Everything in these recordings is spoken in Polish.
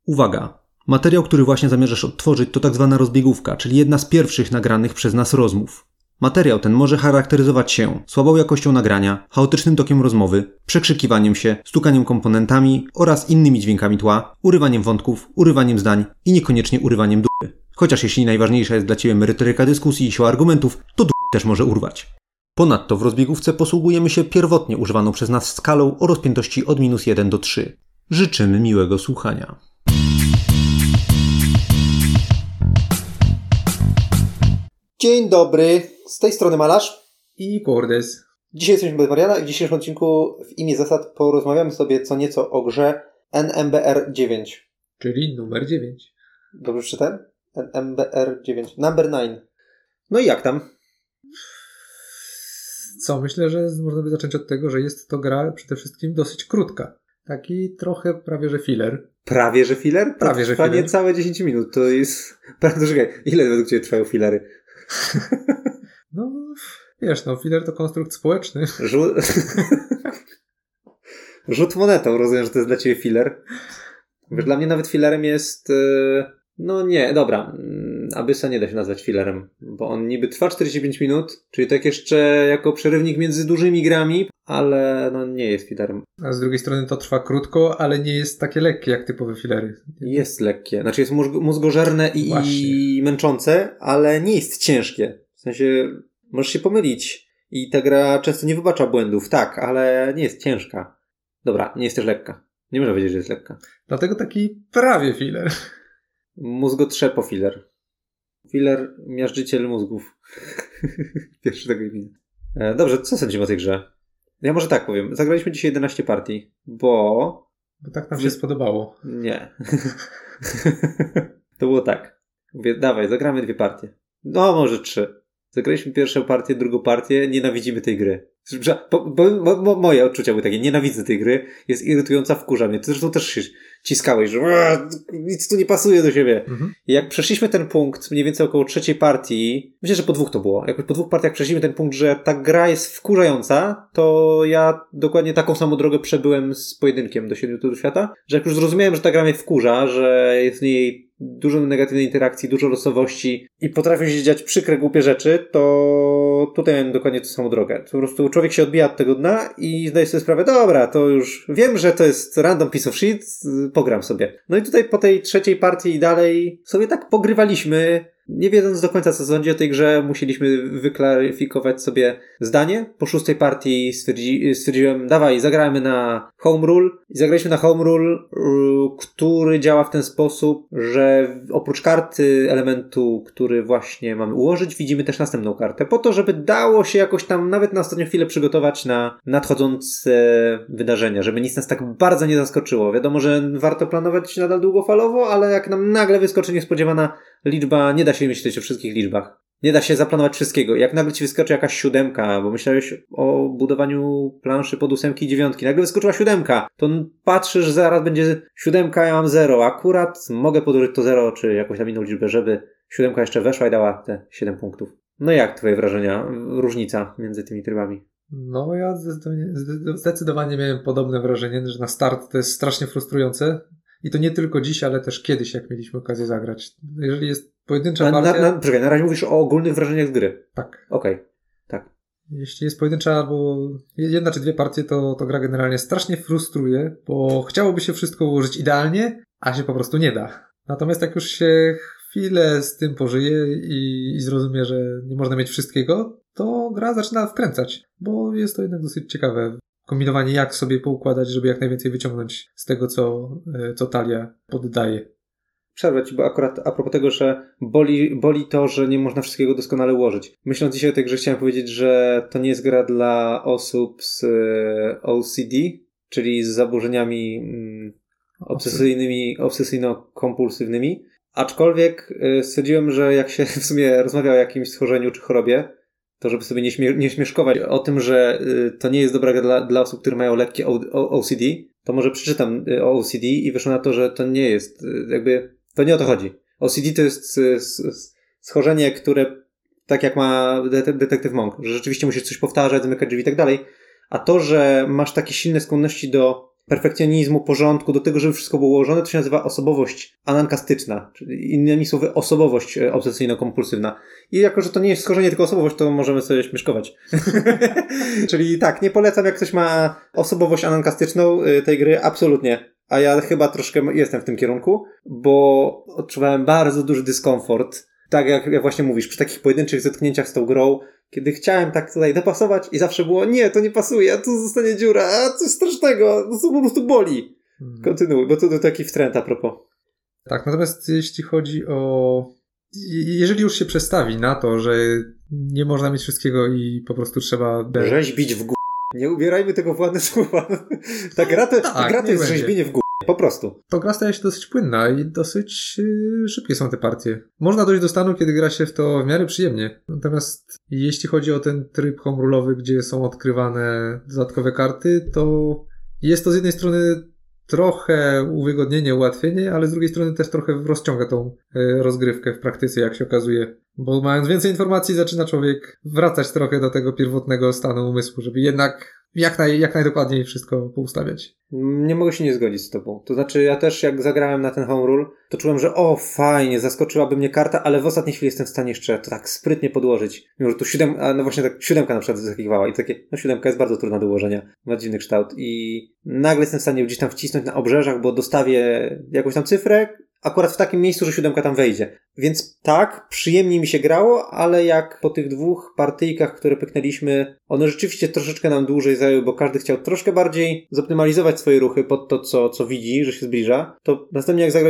Uwaga! Materiał, który właśnie zamierzasz odtworzyć, to tak zwana rozbiegówka, czyli jedna z pierwszych nagranych przez nas rozmów. Materiał ten może charakteryzować się słabą jakością nagrania, chaotycznym tokiem rozmowy, przekrzykiwaniem się, stukaniem komponentami oraz innymi dźwiękami tła, urywaniem wątków, urywaniem zdań i niekoniecznie urywaniem dupy. Chociaż jeśli najważniejsza jest dla Ciebie merytoryka dyskusji i siła argumentów, to dupy też może urwać. Ponadto w rozbiegówce posługujemy się pierwotnie używaną przez nas skalą o rozpiętości od -1 do 3. Życzymy miłego słuchania. Dzień dobry, z tej strony Malarz i Kordes. Dzisiaj jesteśmy bez Mariana i w dzisiejszym odcinku w imię zasad porozmawiamy sobie co nieco o grze NMBR 9. Czyli numer 9. Dobrze przeczytałem? NMBR 9. Number 9. No i jak tam? Co? Myślę, że można by zacząć od tego, że jest to gra przede wszystkim dosyć krótka. Taki trochę prawie że filler. Prawie że filler? To prawie że trwa filler. Niecałe 10 minut. To jest... Czekaj, ile według Ciebie trwają fillery? No, wiesz, filler to konstrukt społeczny. Rzut monetą, rozumiem, że to jest dla Ciebie filler. Wiesz, dla mnie nawet fillerem jest... No nie, dobra. Abyssa nie da się nazwać fillerem, bo on niby trwa 45 minut, czyli tak jeszcze jako przerywnik między dużymi grami, ale nie jest fillerem. A z drugiej strony to trwa krótko, ale nie jest takie lekkie jak typowe fillery. Jest lekkie. Znaczy jest mózgożerne i męczące, ale nie jest ciężkie. W sensie możesz się pomylić i ta gra często nie wybacza błędów, tak, ale nie jest ciężka. Dobra, nie jest też lekka. Nie można powiedzieć, że jest lekka. Dlatego taki prawie filler. Mózgotrzepo filler. Filler miażdżyciel mózgów. Pierwszy tego imienia. Dobrze, co sądzimy o tej grze? Ja może tak powiem. Zagraliśmy dzisiaj 11 partii, bo tak nam się spodobało. Nie. To było tak. Mówię, dawaj, zagramy 2 partie. No, może 3. Zagraliśmy pierwszą partię, drugą partię, nienawidzimy tej gry. Bo moje odczucia były takie, nienawidzę tej gry, jest irytująca, wkurza mnie. Ty zresztą też się ciskałeś, że nic tu nie pasuje do siebie. Mhm. I jak przeszliśmy ten punkt, mniej więcej około 3 partii, myślę, że po 2 to było, jakoś po 2 partiach przeszliśmy ten punkt, że ta gra jest wkurzająca, to ja dokładnie taką samą drogę przebyłem z pojedynkiem do 7 do świata, że jak już zrozumiałem, że ta gra mnie wkurza, że jest w niej dużo negatywnej interakcji, dużo losowości i potrafią się dziać przykre, głupie rzeczy, to tutaj miałem dokładnie tą samą drogę. Po prostu człowiek się odbija od tego dna i zdaje sobie sprawę, dobra, to już wiem, że to jest random piece of shit, pogram sobie. No i tutaj po tej 3 partii i dalej sobie tak pogrywaliśmy, nie wiedząc do końca co sądzi o tej grze, musieliśmy wyklaryfikować sobie zdanie. Po 6 partii stwierdziłem, dawaj, zagrajmy na Home Rule. I zagraliśmy na Home Rule, który działa w ten sposób, że oprócz karty elementu, który właśnie mamy ułożyć, widzimy też następną kartę. Po to, żeby dało się jakoś tam nawet na ostatnią chwilę przygotować na nadchodzące wydarzenia, żeby nic nas tak bardzo nie zaskoczyło. Wiadomo, że warto planować nadal długofalowo, ale jak nam nagle wyskoczy niespodziewana liczba, nie da się myśleć o wszystkich liczbach. Nie da się zaplanować wszystkiego. Jak nagle ci wyskoczy jakaś 7, bo myślałeś o budowaniu planszy pod 8 i 9, nagle wyskoczyła 7, to patrzysz, że zaraz będzie 7, ja mam 0. Akurat mogę podłożyć to 0, czy jakąś tam inną liczbę, żeby 7 jeszcze weszła i dała te 7 punktów. No jak twoje wrażenia? Różnica między tymi trybami? No ja zdecydowanie miałem podobne wrażenie, że na start to jest strasznie frustrujące. I to nie tylko dziś, ale też kiedyś, jak mieliśmy okazję zagrać. Jeżeli jest pojedyncza partia... Czekaj, na razie mówisz o ogólnych wrażeniach z gry. Tak. Okej, tak. Jeśli jest pojedyncza albo 1 czy 2 partie, to gra generalnie strasznie frustruje, bo chciałoby się wszystko ułożyć idealnie, a się po prostu nie da. Natomiast jak już się chwilę z tym pożyje i zrozumie, że nie można mieć wszystkiego, to gra zaczyna wkręcać, bo jest to jednak dosyć ciekawe. Kombinowanie, jak sobie poukładać, żeby jak najwięcej wyciągnąć z tego, co talia poddaje. Przerwę ci, bo akurat a propos tego, że boli to, że nie można wszystkiego doskonale ułożyć. Myśląc dzisiaj o tej grze, chciałem powiedzieć, że to nie jest gra dla osób z OCD, czyli z zaburzeniami obsesyjno-kompulsywnymi. Aczkolwiek stwierdziłem, że jak się w sumie rozmawia o jakimś schorzeniu czy chorobie, to żeby sobie nie śmieszkować o tym, że to nie jest dobra gra dla osób, które mają lekkie OCD, to może przeczytam o OCD i wyszło na to, że to nie jest, to nie o to chodzi. OCD to jest schorzenie, które tak jak ma Detektyw Monk, że rzeczywiście musisz coś powtarzać, zamykać drzwi i tak dalej, a to, że masz takie silne skłonności do perfekcjonizmu, porządku, do tego, żeby wszystko było ułożone, to się nazywa osobowość anankastyczna, czyli innymi słowy osobowość obsesyjno-kompulsywna. I jako, że to nie jest schorzenie, tylko osobowość, to możemy sobie śmieszkować. Czyli tak, nie polecam, jak ktoś ma osobowość anankastyczną tej gry, absolutnie. A ja chyba troszkę jestem w tym kierunku, bo odczuwałem bardzo duży dyskomfort. Tak jak właśnie mówisz, przy takich pojedynczych zetknięciach z tą grą, kiedy chciałem tak tutaj dopasować i zawsze było, nie, to nie pasuje, a tu zostanie dziura, a coś strasznego, to po prostu boli. Kontynuuj, bo to taki wtręt a propos. Tak, natomiast jeśli chodzi o... Jeżeli już się przestawi na to, że nie można mieć wszystkiego i po prostu trzeba... Rzeźbić w górę. Nie ubierajmy tego w ładne słowa. Ta gra to jest rzeźbienie w górę. Po prostu. To gra staje się dosyć płynna i dosyć szybkie są te partie. Można dojść do stanu, kiedy gra się w to w miarę przyjemnie. Natomiast jeśli chodzi o ten tryb home rule'owy, gdzie są odkrywane dodatkowe karty, to jest to z jednej strony trochę uwygodnienie, ułatwienie, ale z drugiej strony też trochę rozciąga tą rozgrywkę w praktyce, jak się okazuje. Bo mając więcej informacji, zaczyna człowiek wracać trochę do tego pierwotnego stanu umysłu, żeby jednak jak najdokładniej wszystko poustawiać. Nie mogę się nie zgodzić z tobą. To znaczy, ja też jak zagrałem na ten home rule, to czułem, że fajnie, zaskoczyłaby mnie karta, ale w ostatniej chwili jestem w stanie jeszcze to tak sprytnie podłożyć. Mimo, że tu siódemka na przykład zaskakiwała i takie, siódemka jest bardzo trudna do ułożenia. Ma dziwny kształt i nagle jestem w stanie gdzieś tam wcisnąć na obrzeżach, bo dostawię jakąś tam cyfrę, akurat w takim miejscu, że siódemka tam wejdzie. Więc tak, przyjemnie mi się grało, ale jak po tych 2 partyjkach, które pyknęliśmy, one rzeczywiście troszeczkę nam dłużej zajęły, bo każdy chciał troszkę bardziej zoptymalizować swoje ruchy pod to, co widzi, że się zbliża. To następnie jak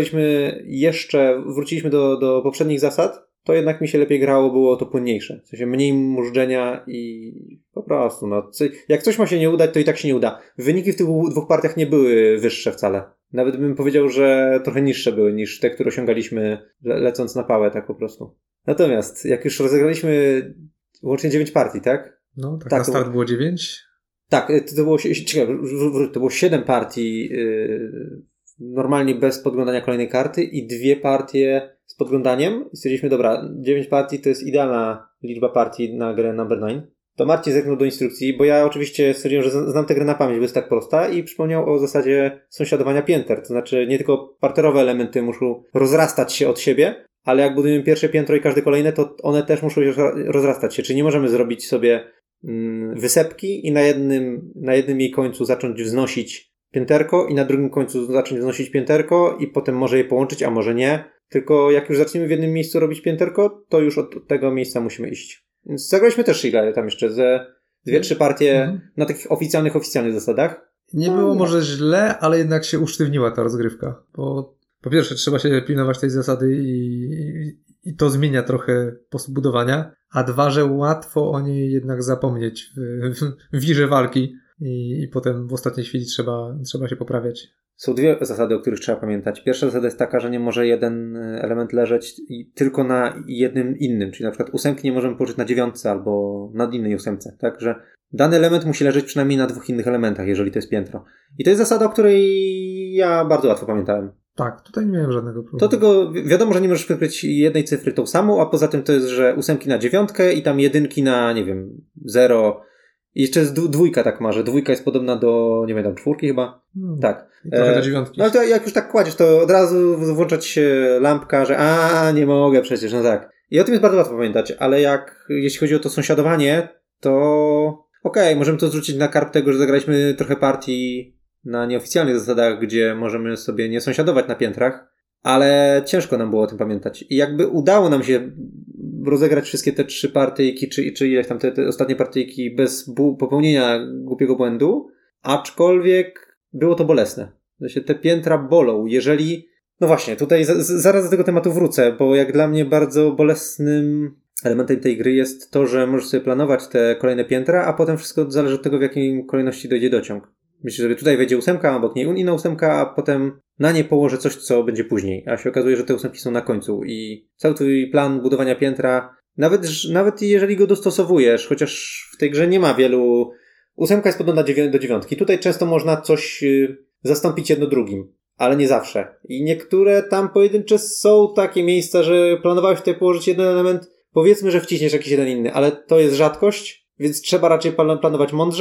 wróciliśmy do poprzednich zasad, to jednak mi się lepiej grało, było to płynniejsze. W sensie mniej mużdżenia i po prostu, jak coś ma się nie udać, to i tak się nie uda. Wyniki w tych 2 partiach nie były wyższe wcale. Nawet bym powiedział, że trochę niższe były niż te, które osiągaliśmy lecąc na pałę, tak po prostu. Natomiast jak już rozegraliśmy łącznie 9 partii, tak? No, tak na start było 9. Tak, to było 7 partii normalnie bez podglądania kolejnej karty i 2 partie z podglądaniem. I stwierdziliśmy, dobra, 9 partii to jest idealna liczba partii na grę Number 9. To Marcin zerknął do instrukcji, bo ja oczywiście stwierdziłem, że znam tę grę na pamięć, bo jest tak prosta i przypomniał o zasadzie sąsiadowania pięter. To znaczy nie tylko parterowe elementy muszą rozrastać się od siebie, ale jak budujemy pierwsze piętro i każde kolejne, to one też muszą rozrastać się. Czyli nie możemy zrobić sobie wysepki i na jednym jej końcu zacząć wznosić pięterko i na drugim końcu zacząć wznosić pięterko i potem może je połączyć, a może nie. Tylko jak już zaczniemy w jednym miejscu robić pięterko, to już od tego miejsca musimy iść. Więc zagraliśmy też ile tam jeszcze, ze 2-3 partie na takich oficjalnych zasadach. Nie było może źle, ale jednak się usztywniła ta rozgrywka. Bo po pierwsze trzeba się pilnować tej zasady i to zmienia trochę sposób budowania, a 2, że łatwo o niej jednak zapomnieć w wirze walki i potem w ostatniej chwili trzeba się poprawiać. Są 2 zasady, o których trzeba pamiętać. Pierwsza zasada jest taka, że nie może jeden element leżeć tylko na jednym innym, czyli na przykład 8 nie możemy położyć na 9 albo na innej 8, tak, że dany element musi leżeć przynajmniej na 2 innych elementach, jeżeli to jest piętro. I to jest zasada, o której ja bardzo łatwo pamiętałem. Tak, tutaj nie miałem żadnego problemu. To tylko wiadomo, że nie możesz wykryć jednej cyfry tą samą, a poza tym to jest, że 8 na 9 i tam 1 na, 0. I jeszcze jest 2 tak ma, że 2 jest podobna do, 4 chyba. Tak. Trochę do 9. No ale to jak już tak kładziesz, to od razu włączać się lampka, że nie mogę przecież, no tak. I o tym jest bardzo łatwo pamiętać, ale jeśli chodzi o to sąsiadowanie, to możemy to zrzucić na karp tego, że zagraliśmy trochę partii na nieoficjalnych zasadach, gdzie możemy sobie nie sąsiadować na piętrach, ale ciężko nam było o tym pamiętać. I jakby udało nam się rozegrać wszystkie te 3 partyjki, czy ileś tam te ostatnie partyjki bez popełnienia głupiego błędu, aczkolwiek było to bolesne. Te piętra bolą, jeżeli... No właśnie, tutaj zaraz do tego tematu wrócę, bo jak dla mnie bardzo bolesnym elementem tej gry jest to, że możesz sobie planować te kolejne piętra, a potem wszystko zależy od tego, w jakiej kolejności dojdzie dociąg. Myślę, że tutaj wejdzie 8, a obok niej inna 8, a potem na nie położę coś, co będzie później. A się okazuje, że te 8 są na końcu i cały twój plan budowania piętra, nawet jeżeli go dostosowujesz, chociaż w tej grze nie ma wielu... 8 jest podobna do 9. Tutaj często można coś zastąpić jedno drugim, ale nie zawsze. I niektóre tam pojedyncze są takie miejsca, że planowałeś tutaj położyć jeden element, powiedzmy, że wciśniesz jakiś jeden inny, ale to jest rzadkość, więc trzeba raczej planować mądrze.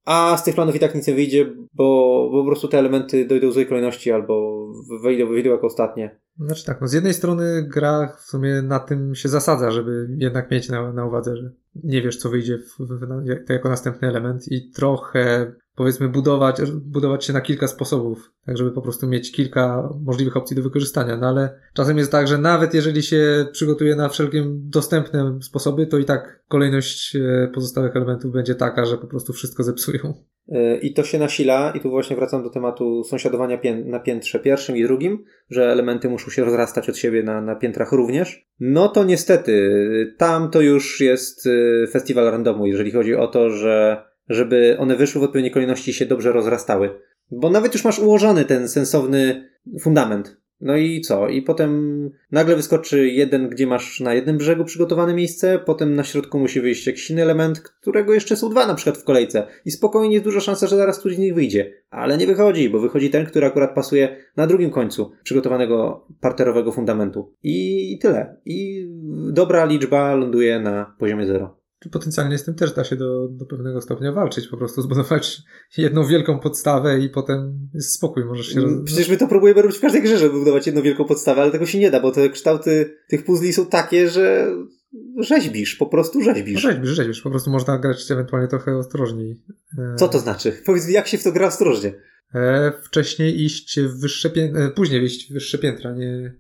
a z tych planów i tak nic nie wyjdzie, bo po prostu te elementy dojdą w złej kolejności albo wyjdą jako ostatnie. Znaczy tak, no z jednej strony gra w sumie na tym się zasadza, żeby jednak mieć na uwadze, że nie wiesz, co wyjdzie jako następny element i trochę, powiedzmy, budować się na kilka sposobów, tak żeby po prostu mieć kilka możliwych opcji do wykorzystania, no ale czasem jest tak, że nawet jeżeli się przygotuje na wszelkie dostępne sposoby, to i tak kolejność pozostałych elementów będzie taka, że po prostu wszystko zepsują. I to się nasila, i tu właśnie wracam do tematu sąsiadowania na piętrze pierwszym i drugim, że elementy muszą się rozrastać od siebie na piętrach również. No to niestety, tam to już jest festiwal randomu, jeżeli chodzi o to, żeby one wyszły w odpowiedniej kolejności i się dobrze rozrastały. Bo nawet już masz ułożony ten sensowny fundament. No i co? I potem nagle wyskoczy jeden, gdzie masz na jednym brzegu przygotowane miejsce, potem na środku musi wyjść jakiś inny element, którego jeszcze są dwa na przykład w kolejce. I spokojnie jest duża szansa, że zaraz któryś z nich wyjdzie. Ale nie wychodzi, bo wychodzi ten, który akurat pasuje na drugim końcu przygotowanego parterowego fundamentu. I tyle. I dobra liczba ląduje na poziomie 0. Potencjalnie z tym też da się do pewnego stopnia walczyć, po prostu zbudować jedną wielką podstawę i potem jest spokój, możesz się... Przecież my to próbujemy robić w każdej grze, żeby budować jedną wielką podstawę, ale tego się nie da, bo te kształty tych puzli są takie, że rzeźbisz, po prostu rzeźbisz. No rzeźbisz, po prostu można grać ewentualnie trochę ostrożniej. Co to znaczy? Powiedz mi, jak się w to gra ostrożnie? Wcześniej iść w wyższe później iść w wyższe piętra,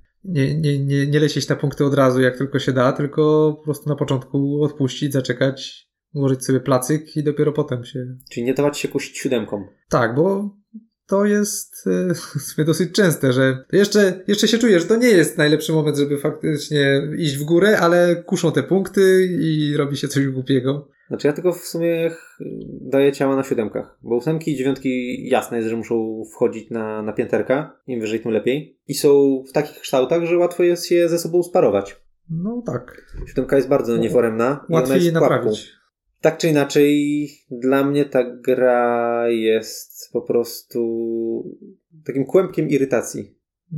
nie lecieć na punkty od razu, jak tylko się da, tylko po prostu na początku odpuścić, zaczekać, ułożyć sobie placyk i dopiero potem się... Czyli nie dawać się kusić 7. Tak, bo to jest dosyć częste, że jeszcze się czuję, że to nie jest najlepszy moment, żeby faktycznie iść w górę, ale kuszą te punkty i robi się coś głupiego. Znaczy ja tylko w sumie daję ciała na 7, bo 8 i 9 jasne jest, że muszą wchodzić na pięterka, im wyżej tym lepiej. I są w takich kształtach, że łatwo jest je ze sobą sparować. No tak. 7 jest bardzo nieforemna. Łatwiej je naprawić. Tak czy inaczej, dla mnie ta gra jest po prostu takim kłębkiem irytacji.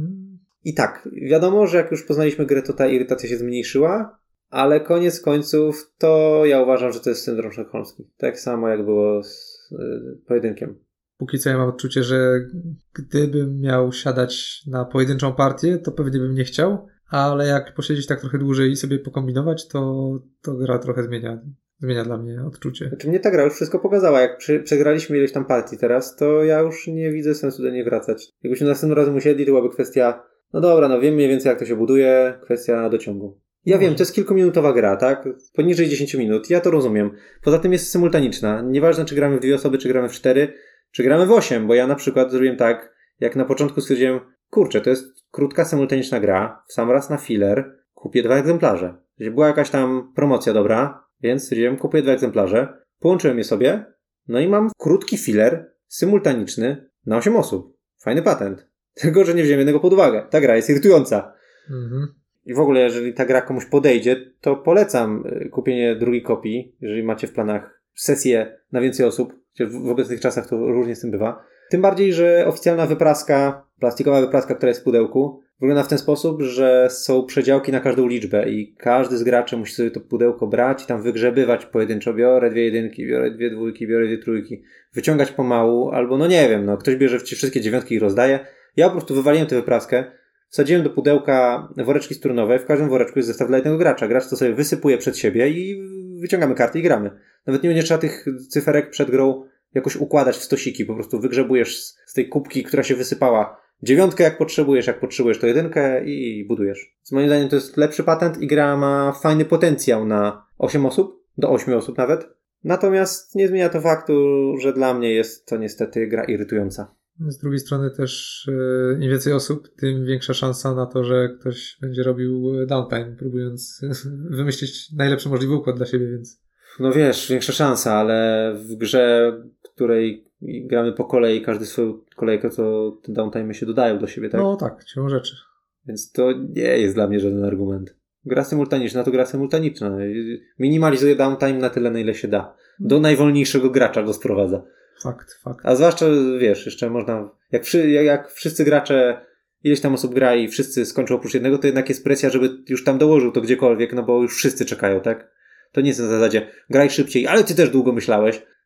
I tak, wiadomo, że jak już poznaliśmy grę, to ta irytacja się zmniejszyła, ale koniec końców to ja uważam, że to jest syndrom sztokholmski. Tak samo jak było z pojedynkiem. Póki co ja mam odczucie, że gdybym miał siadać na pojedynczą partię, to pewnie bym nie chciał, ale jak posiedzieć tak trochę dłużej i sobie pokombinować, to gra trochę zmienia dla mnie odczucie. Znaczy mnie ta gra już wszystko pokazała. Jak przegraliśmy ileś tam partii teraz, to ja już nie widzę sensu do niej wracać. Jakbyśmy następnym razem usiedli, to byłaby kwestia, no dobra, no wiem mniej więcej jak to się buduje, kwestia dociągu. Ja wiem, to jest kilkuminutowa gra, tak? Poniżej 10 minut, ja to rozumiem. Poza tym jest symultaniczna. Nieważne, czy gramy w 2 osoby, czy gramy w 4, czy gramy w 8, bo ja na przykład zrobiłem tak, jak na początku stwierdziłem, kurczę, to jest krótka, symultaniczna gra, w sam raz na filler, kupię 2 egzemplarze. Była jakaś tam promocja dobra, więc stwierdziłem, kupuję 2 egzemplarze, połączyłem je sobie, no i mam krótki filler, symultaniczny, na 8 osób. Fajny patent. Tylko, że nie wziąłem jednego pod uwagę. Ta gra jest irytująca. I w ogóle, jeżeli ta gra komuś podejdzie, to polecam kupienie drugiej kopii, jeżeli macie w planach sesję na więcej osób. W obecnych czasach to różnie z tym bywa. Tym bardziej, że oficjalna wypraska, plastikowa wypraska, która jest w pudełku, wygląda w ten sposób, że są przedziałki na każdą liczbę i każdy z graczy musi sobie to pudełko brać i tam wygrzebywać pojedynczo. Biorę 2 jedynki, biorę 2 dwójki, biorę 2 trójki. Wyciągać pomału, albo no nie wiem, ktoś bierze wszystkie 9 i rozdaje. Ja po prostu wywaliłem tę wypraskę, wsadziłem do pudełka woreczki strunowe, w każdym woreczku jest zestaw dla jednego gracza. Gracz to sobie wysypuje przed siebie i wyciągamy karty i gramy. Nawet nie będzie trzeba tych cyferek przed grą jakoś układać w stosiki, po prostu wygrzebujesz z tej kubki, która się wysypała 9 jak potrzebujesz to 1 i budujesz. Z moim zdaniem to jest lepszy patent i gra ma fajny potencjał na 8 osób, do 8 osób nawet. Natomiast nie zmienia to faktu, że dla mnie jest to niestety gra irytująca. Z drugiej strony też im więcej osób, tym większa szansa na to, że ktoś będzie robił downtime, próbując wymyślić najlepszy możliwy układ dla siebie, więc... No wiesz, większa szansa, ale w grze, w której gramy po kolei, każdy swoją kolejkę, to te downtime się dodają do siebie, tak? No tak, siłą rzeczy. Więc to nie jest dla mnie żaden argument. Gra symultaniczna to gra symultaniczna. Minimalizuje downtime na tyle, na ile się da. Do najwolniejszego gracza go sprowadza. Fakt. A zwłaszcza, wiesz, jeszcze można... Jak wszyscy gracze, ileś tam osób gra i wszyscy skończą oprócz jednego, to jednak jest presja, żeby już tam dołożył to gdziekolwiek, no bo już wszyscy czekają, tak? To nie jest na zasadzie graj szybciej, ale ty też długo myślałeś.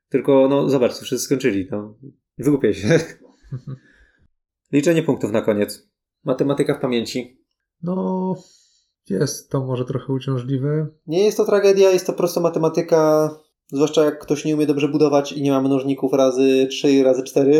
Tylko, no zobacz, co wszyscy skończyli. No. Wygłupiaj się. Liczenie punktów na koniec. Matematyka w pamięci. No, jest to może trochę uciążliwe. Nie jest to tragedia, jest to prosta matematyka. Zwłaszcza jak ktoś nie umie dobrze budować i nie ma mnożników razy 3 razy 4.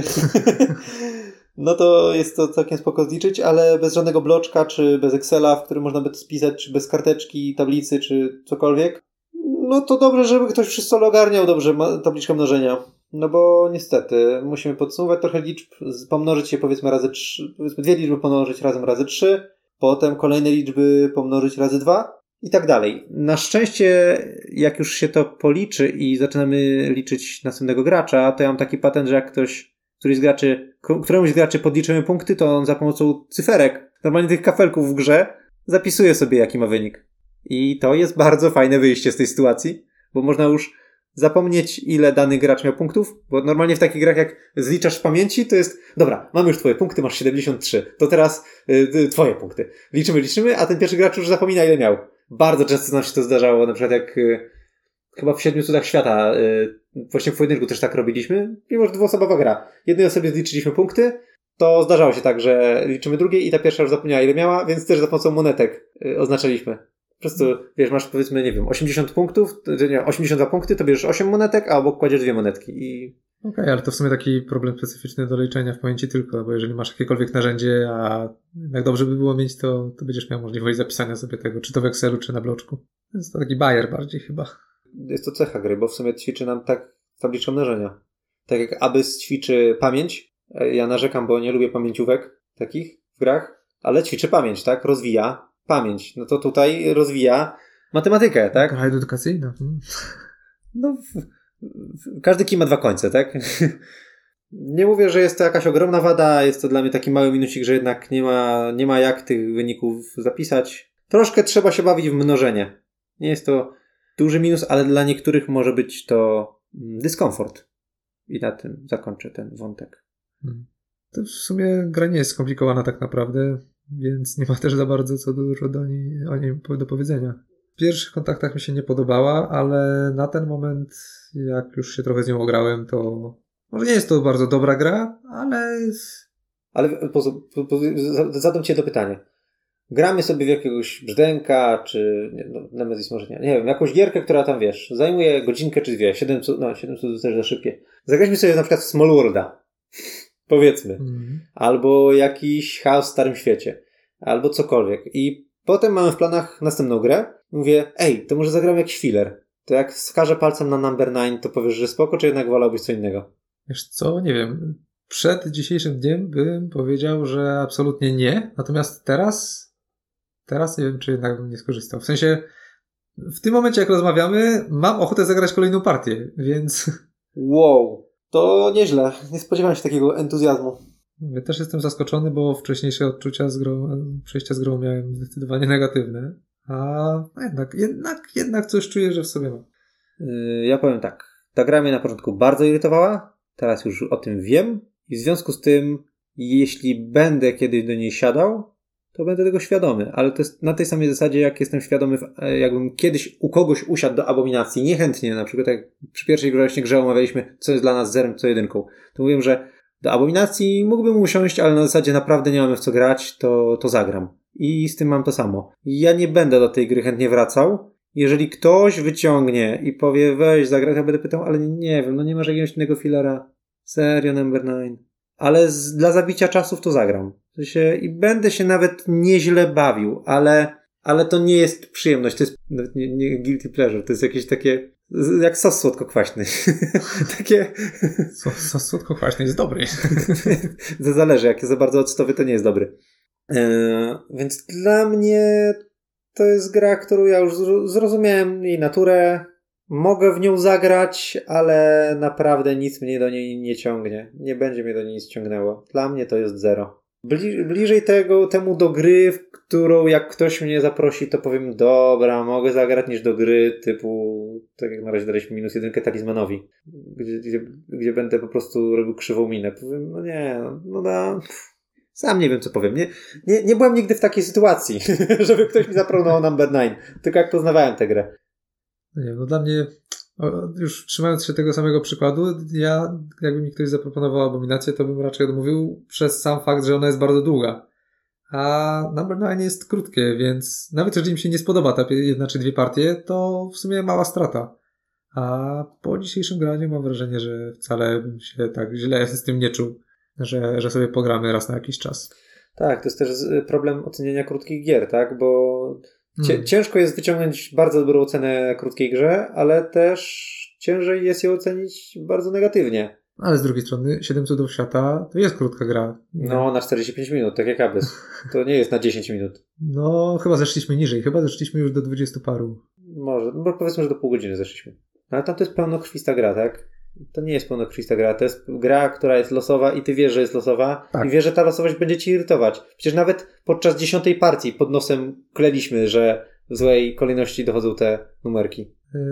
No to jest to całkiem spoko zliczyć, ale bez żadnego bloczka, czy bez Excela, w którym można by to spisać, czy bez karteczki, tablicy, czy cokolwiek. No to dobrze, żeby ktoś przy stole ogarniał dobrze tabliczkę mnożenia. No bo niestety musimy podsumować trochę liczb, pomnożyć je powiedzmy razy 3, powiedzmy 2 liczby pomnożyć razem razy 3, potem kolejne liczby pomnożyć razy 2 i tak dalej. Na szczęście jak już się to policzy i zaczynamy liczyć następnego gracza, to ja mam taki patent, że jak któremuś z graczy podliczymy punkty, to on za pomocą cyferek, normalnie tych kafelków w grze, zapisuje sobie jaki ma wynik. I to jest bardzo fajne wyjście z tej sytuacji, bo można już zapomnieć, ile dany gracz miał punktów, bo normalnie w takich grach, jak zliczasz w pamięci, to jest, dobra, mam już twoje punkty, masz 73, to teraz twoje punkty. Liczymy, a ten pierwszy gracz już zapomina, ile miał. Bardzo często nam się to zdarzało, na przykład jak chyba w 7 cudach świata, właśnie w pojedynku też tak robiliśmy, mimo że dwuosobowa gra. Jednej osobie zliczyliśmy punkty, to zdarzało się tak, że liczymy drugiej i ta pierwsza już zapomniała, ile miała, więc też za pomocą monetek oznaczaliśmy. Po prostu, wiesz, masz powiedzmy, nie wiem, 80 punktów, 82 punkty, to bierzesz 8 monetek, a obok kładziesz 2 monetki i... Okej, ale to w sumie taki problem specyficzny do liczenia w pamięci tylko, bo jeżeli masz jakiekolwiek narzędzie, a jak dobrze by było mieć, to będziesz miał możliwość zapisania sobie tego, czy to w Excelu, czy na bloczku. Więc to taki bajer bardziej chyba. Jest to cecha gry, bo w sumie ćwiczy nam tak tabliczkę mnożenia. Tak jak Abyss ćwiczy pamięć, ja narzekam, bo nie lubię pamięciówek takich w grach, ale ćwiczy pamięć, tak? Rozwija pamięć. No to tutaj rozwija matematykę, tak? Trochę edukacyjna. No, każdy kij ma 2 końce, tak? Nie mówię, że jest to jakaś ogromna wada, jest to dla mnie taki mały minusik, że jednak nie ma jak tych wyników zapisać. Troszkę trzeba się bawić w mnożenie. Nie jest to duży minus, ale dla niektórych może być to dyskomfort. I na tym zakończę ten wątek. To w sumie gra nie jest skomplikowana tak naprawdę, więc nie ma też za bardzo co dużo o niej do powiedzenia. W pierwszych kontaktach mi się nie podobała, ale na ten moment, jak już się trochę z nią ograłem, to może nie jest to bardzo dobra gra, ale... Ale zadam Cię to pytanie. Gramy sobie w jakiegoś brzdęka, czy Nemesis może nie wiem, jakąś gierkę, która tam, wiesz, zajmuje godzinkę czy 2, 7 cudów też za szybkie. Zagraliśmy sobie na przykład w Small Worlda, powiedzmy, albo jakiś Chaos w Starym Świecie, albo cokolwiek. I potem mamy w planach następną grę. Mówię, to może zagramy jakiś filler. To jak wskażę palcem na Number 9, to powiesz, że spoko, czy jednak wolałbyś co innego? Wiesz co, nie wiem. Przed dzisiejszym dniem bym powiedział, że absolutnie nie. Natomiast teraz nie wiem, czy jednak bym nie skorzystał. W sensie, w tym momencie, jak rozmawiamy, mam ochotę zagrać kolejną partię, więc... Wow, to nieźle. Nie spodziewałem się takiego entuzjazmu. Ja też jestem zaskoczony, bo wcześniejsze odczucia przejścia z grą miałem zdecydowanie negatywne. A jednak coś czuję, że w sobie mam. Ja powiem tak. Ta gra mnie na początku bardzo irytowała. Teraz już o tym wiem. I w związku z tym, jeśli będę kiedyś do niej siadał, to będę tego świadomy. Ale to jest na tej samej zasadzie, jak jestem świadomy, jakbym kiedyś u kogoś usiadł do Abominacji, niechętnie, na przykład jak przy pierwszej grze omawialiśmy, co jest dla nas zerem, co jedynką. To mówiłem, że do Abominacji mógłbym usiąść, ale na zasadzie naprawdę nie mamy w co grać, to zagram. I z tym mam to samo. Ja nie będę do tej gry chętnie wracał. Jeżeli ktoś wyciągnie i powie, weź zagraj, to będę pytał, ale nie wiem, nie masz jakiegoś innego fillera. Serio, Number 9. Ale dla zabicia czasów to zagram. I będę się nawet nieźle bawił, ale to nie jest przyjemność, to jest nawet nie guilty pleasure, to jest jakieś takie, jak sos słodko-kwaśny. Takie... Sos słodko-kwaśny jest dobry. To zależy, jak jest za bardzo octowy, to nie jest dobry. Więc dla mnie to jest gra, którą ja już zrozumiałem jej naturę. Mogę w nią zagrać, ale naprawdę nic mnie do niej nie ciągnie. Nie będzie mnie do niej nic ciągnęło. Dla mnie to jest 0. Bliżej temu do gry, w którą jak ktoś mnie zaprosi, to powiem, dobra, mogę zagrać, niż do gry typu, tak jak na razie daliśmy -1 Talizmanowi, gdzie będę po prostu robił krzywą minę. Powiem, sam nie wiem, co powiem. Nie byłem nigdy w takiej sytuacji, żeby ktoś mi zaproponował Number 9. Tylko jak poznawałem tę grę. Nie, dla mnie Już trzymając się tego samego przykładu, ja, jakby mi ktoś zaproponował Abominację, to bym raczej odmówił przez sam fakt, że ona jest bardzo długa. A Number 9 jest krótkie, więc nawet jeżeli mi się nie spodoba ta jedna czy dwie partie, to w sumie mała strata. A po dzisiejszym graniu mam wrażenie, że wcale bym się tak źle z tym nie czuł, że sobie pogramy raz na jakiś czas. Tak, to jest też problem oceniania krótkich gier, tak? Bo ciężko jest wyciągnąć bardzo dobrą ocenę krótkiej grze, ale też ciężej jest ją ocenić bardzo negatywnie. Ale z drugiej strony 7 cudów świata to jest krótka gra. No, na 45 minut, tak jak Abyss. To nie jest na 10 minut. No, chyba zeszliśmy niżej. Chyba zeszliśmy już do 20 paru. Może powiedzmy, że do pół godziny zeszliśmy. Ale tam to jest pełnokrwista gra, tak? To nie jest pełnokrwista gra. To jest gra, która jest losowa i ty wiesz, że jest losowa. Tak. I wiesz, że ta losowość będzie ci irytować. Przecież nawet podczas 10. partii pod nosem kleliśmy, że w złej kolejności dochodzą te numerki.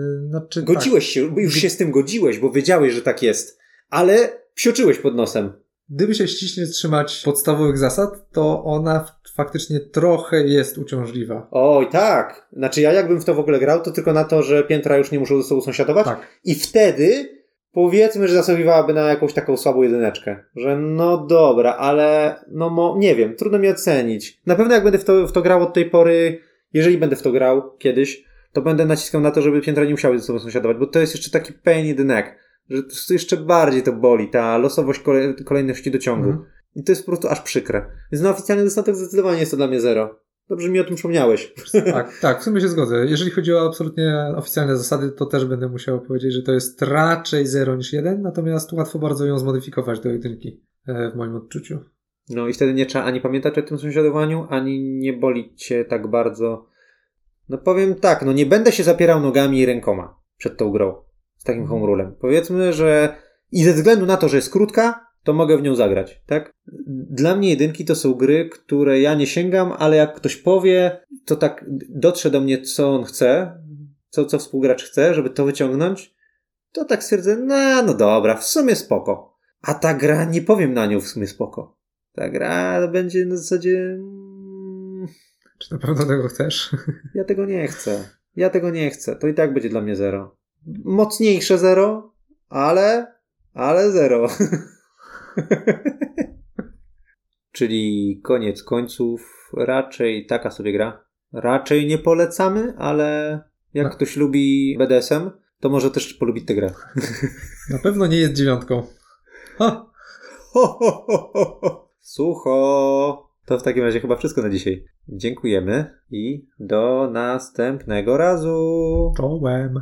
Godziłeś się, już się z tym godziłeś, bo wiedziałeś, że tak jest. Ale psioczyłeś pod nosem. Gdyby się ściśle trzymać podstawowych zasad, to ona faktycznie trochę jest uciążliwa. Oj, tak. Znaczy ja jakbym w to w ogóle grał, to tylko na to, że piętra już nie muszą ze sobą sąsiadować. Tak. I wtedy powiedzmy, że zasługiwałaby na jakąś taką słabą jedyneczkę. Że no dobra, ale nie wiem, trudno mi ocenić. Na pewno jak będę w to grał od tej pory, jeżeli będę w to grał kiedyś, to będę naciskał na to, żeby piętra nie musiały ze sobą sąsiadować, bo to jest jeszcze taki pain in the neck, że to jeszcze bardziej to boli, ta losowość kolejności dociągu. I to jest po prostu aż przykre. Więc na oficjalny dostatek zdecydowanie jest to dla mnie 0. Dobrze mi o tym przypomniałeś. Tak, w sumie się zgodzę. Jeżeli chodzi o absolutnie oficjalne zasady, to też będę musiał powiedzieć, że to jest raczej 0 niż 1, natomiast łatwo bardzo ją zmodyfikować do jedynki, w moim odczuciu. No i wtedy nie trzeba ani pamiętać o tym sąsiadowaniu, ani nie boli cię tak bardzo. No powiem tak, nie będę się zapierał nogami i rękoma przed tą grą. Z takim home rulem. Powiedzmy, że i ze względu na to, że jest krótka, to mogę w nią zagrać, tak? Dla mnie jedynki to są gry, które ja nie sięgam, ale jak ktoś powie, to tak dotrze do mnie, co on chce, co współgracz chce, żeby to wyciągnąć, to tak stwierdzę, no dobra, w sumie spoko. A ta gra, nie powiem na nią w sumie spoko. Ta gra będzie na zasadzie... Czy na pewno tego chcesz? Ja tego nie chcę. To i tak będzie dla mnie 0. Mocniejsze 0, ale 0. Czyli koniec końców raczej taka sobie gra. Raczej nie polecamy, ale jak ktoś lubi BDSM, to może też polubić tę grę. Na pewno nie jest 9. Ha! Sucho! To w takim razie chyba wszystko na dzisiaj. Dziękujemy i do następnego razu. Czołem.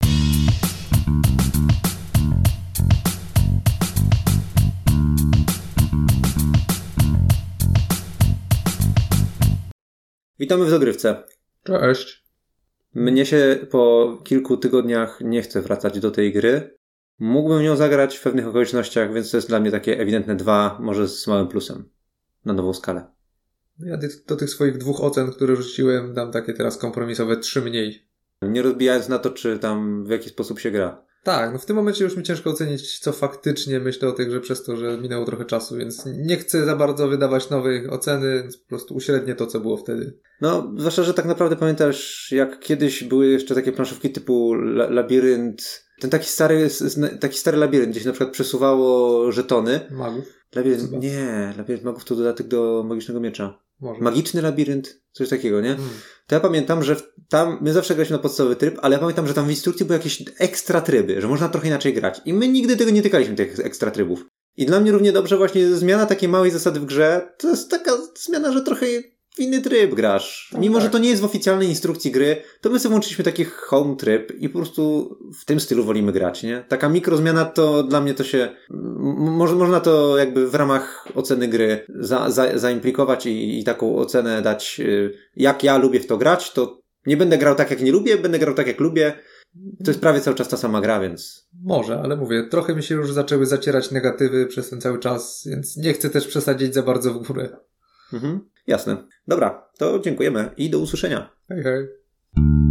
Witamy w dogrywce. Cześć. Mnie się po kilku tygodniach nie chce wracać do tej gry. Mógłbym ją zagrać w pewnych okolicznościach, więc to jest dla mnie takie ewidentne 2, może z małym plusem. Na nową skalę. Ja do tych swoich 2 ocen, które rzuciłem, dam takie teraz kompromisowe 3 mniej. Nie rozbijając na to, czy tam w jaki sposób się gra. Tak, w tym momencie już mi ciężko ocenić, co faktycznie myślę o tej grze przez to, że minęło trochę czasu, więc nie chcę za bardzo wydawać nowej oceny, więc po prostu uśrednię to, co było wtedy. No, zwłaszcza, że tak naprawdę pamiętasz, jak kiedyś były jeszcze takie planszówki typu Labirynt, ten taki stary labirynt, gdzie się na przykład przesuwało żetony. Magów? Labirynt magów to dodatek do Magicznego Miecza. Może. Magiczny labirynt, coś takiego, nie? To ja pamiętam, że tam my zawsze graliśmy na podstawowy tryb, ale ja pamiętam, że tam w instrukcji były jakieś ekstra tryby, że można trochę inaczej grać. I my nigdy tego nie tykaliśmy, tych ekstra trybów. I dla mnie równie dobrze właśnie zmiana takiej małej zasady w grze, to jest taka zmiana, że trochę w inny tryb grasz. Mimo, że to nie jest w oficjalnej instrukcji gry, to my sobie włączyliśmy taki home tryb i po prostu w tym stylu wolimy grać, nie? Taka mikrozmiana to dla mnie to się... Można to jakby w ramach oceny gry zaimplikować i taką ocenę dać, jak ja lubię w to grać, to nie będę grał tak, jak nie lubię, będę grał tak, jak lubię. To jest prawie cały czas ta sama gra, więc... Może, ale mówię, trochę mi się już zaczęły zacierać negatywy przez ten cały czas, więc nie chcę też przesadzić za bardzo w górę. Jasne. Dobra, to dziękujemy i do usłyszenia. Hej, hej.